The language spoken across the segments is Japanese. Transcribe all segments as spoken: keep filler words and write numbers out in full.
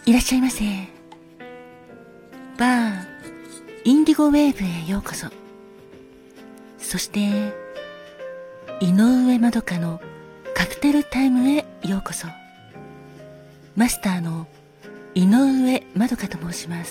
いらっしゃいませ。バーインディゴウェーブへようこそ。そして井上まどかのカクテルタイムへようこそ。マスターの井上まどかと申します。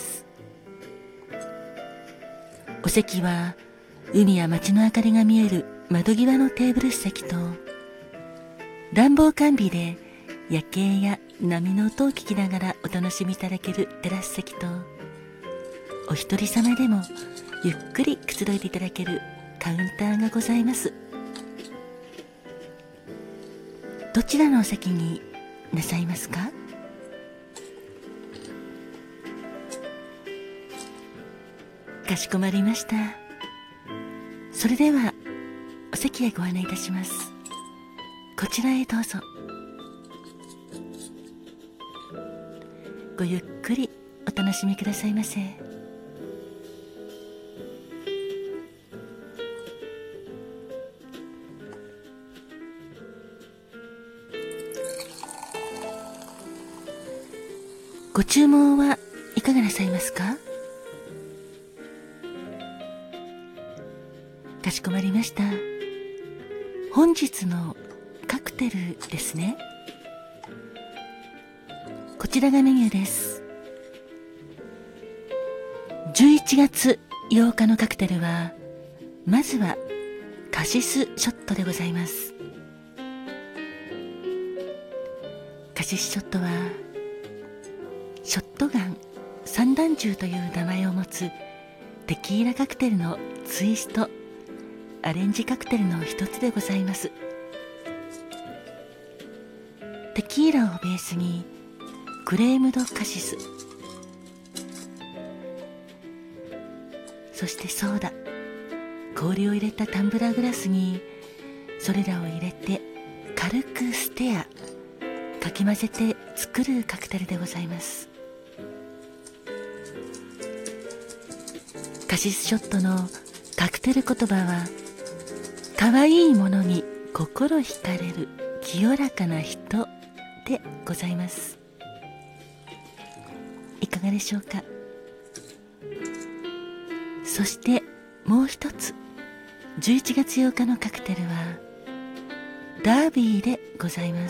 お席は海や街の明かりが見える窓際のテーブル席と、暖房完備で夜景や波の音を聞きながらお楽しみいただけるテラス席と、お一人様でもゆっくりくつろいでいただけるカウンターがございます。どちらのお席になさいますか？かしこまりました。それではお席へご案内いたします。こちらへどうぞ。ごゆっくりお楽しみくださいませ。ご注文はいかがなさいますか？かしこまりました。本日のカクテルですね。こちらがメニューです。じゅういちがつようかのカクテルは、まずはカシスショットでございます。カシスショットはショットガン散弾銃という名前を持つテキーラカクテルのツイストアレンジカクテルの一つでございます。テキーラをベースにクレームドカシス、そしてソーダ、氷を入れたタンブラーグラスにそれらを入れて軽くステア、かき混ぜて作るカクテルでございます。カシスショットのカクテル言葉は、かわいいものに心惹かれる清らかな人でございます。いかがでしょうか。そしてもう一つ、じゅういちがつようかのカクテルはダービーでございます。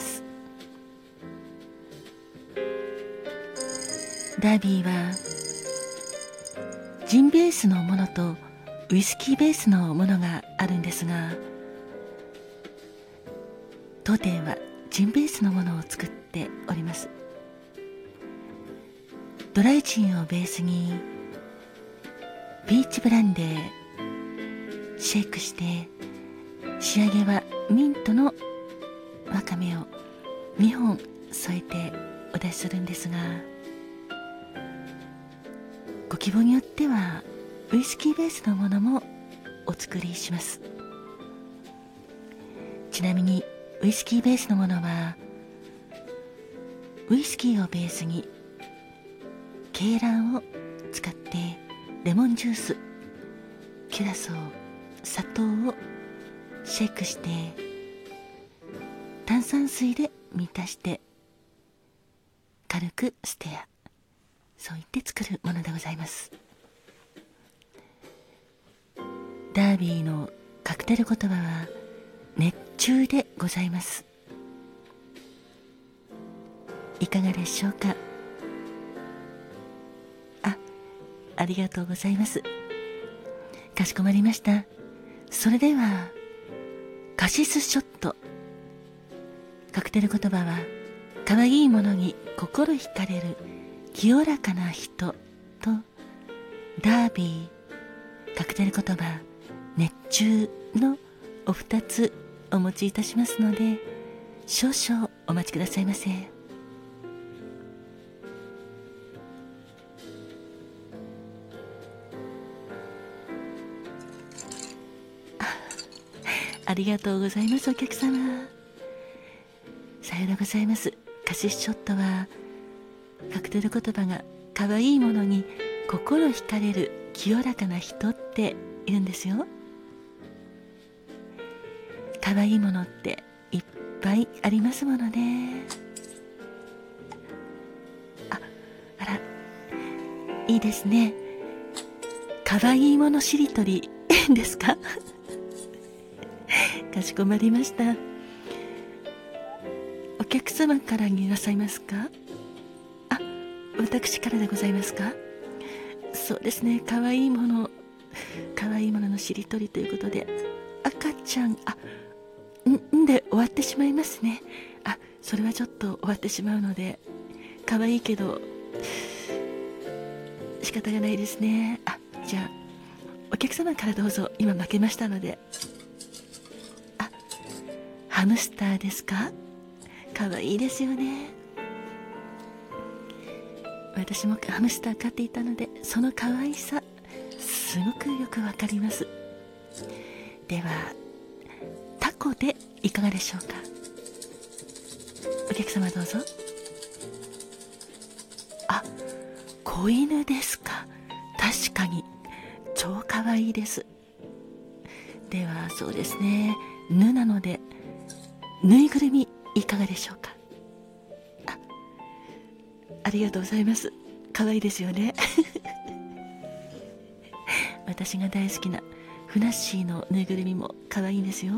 ダービーはジンベースのものとウイスキーベースのものがあるんですが、当店はジンベースのものを作っております。ドライジンをベースにピーチブランデーシェイクして、仕上げはミントのわかめをにほん添えてお出しするんですが、ご希望によってはウイスキーベースのものもお作りします。ちなみにウイスキーベースのものは、ウイスキーをベースに鶏卵を使ってレモンジュース、キュラソー、砂糖をシェイクして炭酸水で満たして軽くステア、そう言って作るものでございます。ダービーのカクテル言葉は熱中でございます。いかがでしょうか。あ、ありがとうございます。かしこまりました。それではカシスショット、カクテル言葉はかわいいものに心惹かれる清らかな人と、ダービーカクテル言葉熱中のお二つお持ちいたしますので、少々お待ちくださいませ。 あ, ありがとうございます。お客様、さようでございます。カシスショットはカクテル言葉がかわいいものに心惹かれる清らかな人って言うんですよ。かわいいものっていっぱいありますものね。あ、 いいですね。かわいいものしりとりですかかしこまりました。お客様からになさいますか？あ、私からでございますか？そうですね、かわいいものかわいいもののしりとりということで、赤ちゃん、あ、んんで終わってしまいますね。あ、それはちょっと終わってしまうので、かわいいけど仕方がないですね。あ、じゃあお客様からどうぞ。今負けましたので。あ、ハムスターですか？かわいいですよね。私もハムスター飼っていたので、そのかわいさすごくよくわかります。ではタコでいかがでしょうか？お客様どうぞ。あ、子犬ですか？確かに超かわいいです。ではそうですね、ぬなのでぬいぐるみいかがでしょうか？あ、ありがとうございます。かわいいですよね私が大好きなふなっしーのぬいぐるみもかわいいんですよ。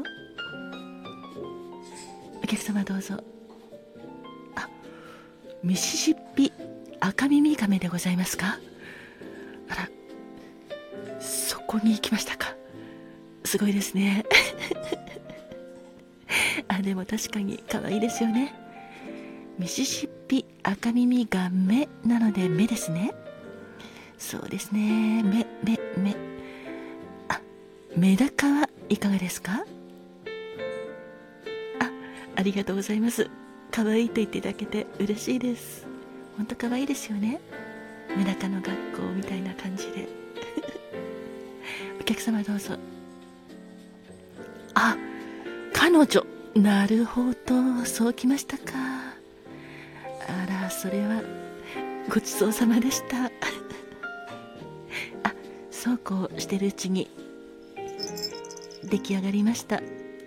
お客様どうぞ。あ、ミシシッピアカミミガメでございますか？あら、そこに行きましたか。すごいですねあ、でも確かに可愛いですよね。ミシシッピアカミミガメなので目ですね。そうですね、目目目。あ、メダカはいかがですか？あ、ありがとうございます。可愛いと言っていただけて嬉しいです。本当可愛いですよね。メダカの学校みたいな感じでお客様どうぞ。あ、彼女、なるほど、そうきましたか。あら、それはごちそうさまでしたあ、そうこうしてるうちに出来上がりました。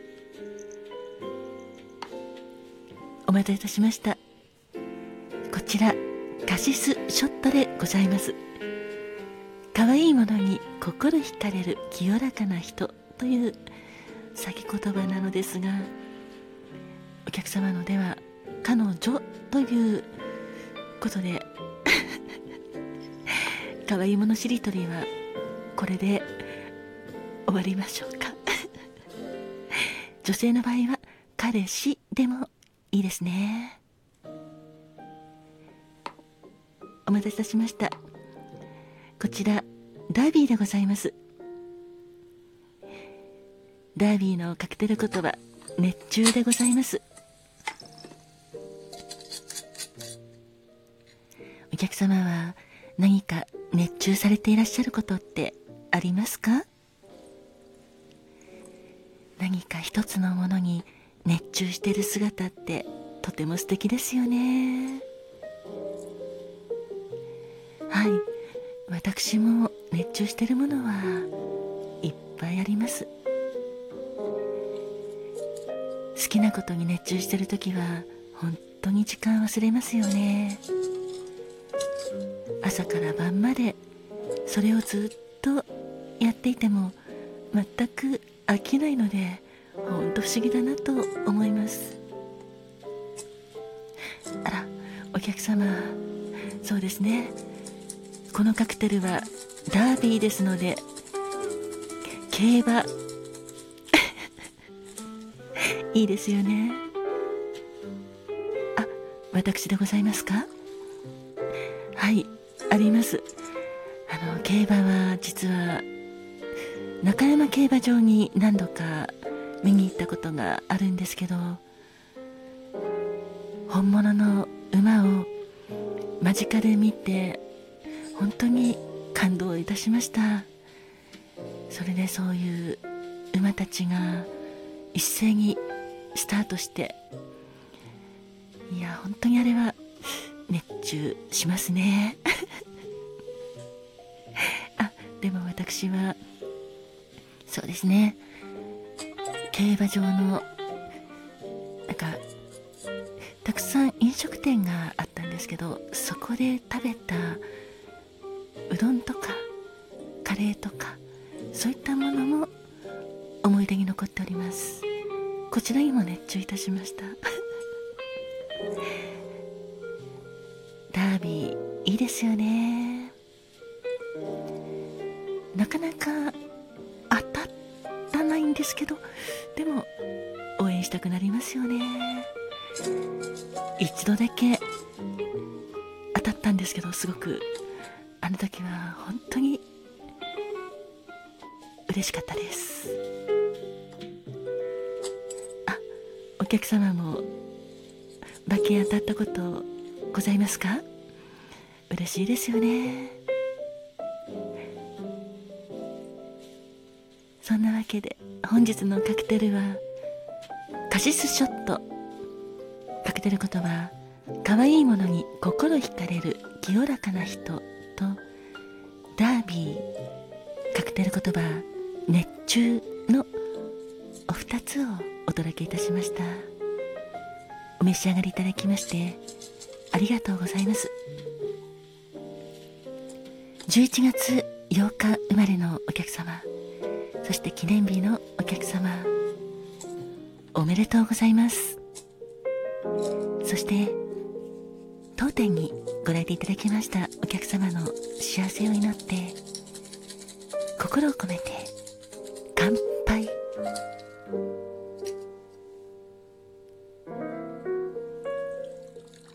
お待たせいたしました。こちらカシスショットでございます。かわいいものに心惹かれる清らかな人という先言葉なのですが、お客様のでは彼女ということでかわいいものしりとりはこれで終わりましょうか女性の場合は彼氏でもいいですね。お待たせいたしました。こちらダービーでございます。ダービーのカクテル言葉、熱中でございます。お客様は何か熱中されていらっしゃることってありますか？何か一つのものに熱中している姿ってとても素敵ですよね。はい、私も熱中しているものはいっぱいあります。好きなことに熱中しているときは本当に時間忘れますよね。朝から晩までそれをずっとやっていても全く飽きないので、本当不思議だなと思います。あら、お客様、そうですね、このカクテルはダービーですので競馬いいですよね。あ、私でございますか？はい、あります。あの競馬は実は中山競馬場に何度か見に行ったことがあるんですけど、本物の馬を間近で見て本当に感動いたしました。それでそういう馬たちが一斉にスタートして、いや本当にあれは熱中しますねあ、でも私はそうですね、競馬場のなんかたくさん飲食店があったんですけど、そこで食べたどんとかカレーとかそういったものも思い出に残っております。こちらにも熱中いたしましたダービーいいですよね。なかなか当たらないんですけど、でも応援したくなりますよね。一度だけ当たったんですけど、すごくあの時は本当に嬉しかったです。あ、お客様も馬券当たったことございますか？嬉しいですよね。そんなわけで本日のカクテルはカシスショット。カクテル言葉、可愛いものに心惹かれる清らかな人とダービー、カクテル言葉熱中のお二つをお届けいたしました。お召し上がりいただきましてありがとうございます。じゅういちがつようか生まれのお客様、そして記念日のお客様、おめでとうございます。そして当店にご来店いただきましたお客様の幸せを祈って心を込めて乾杯。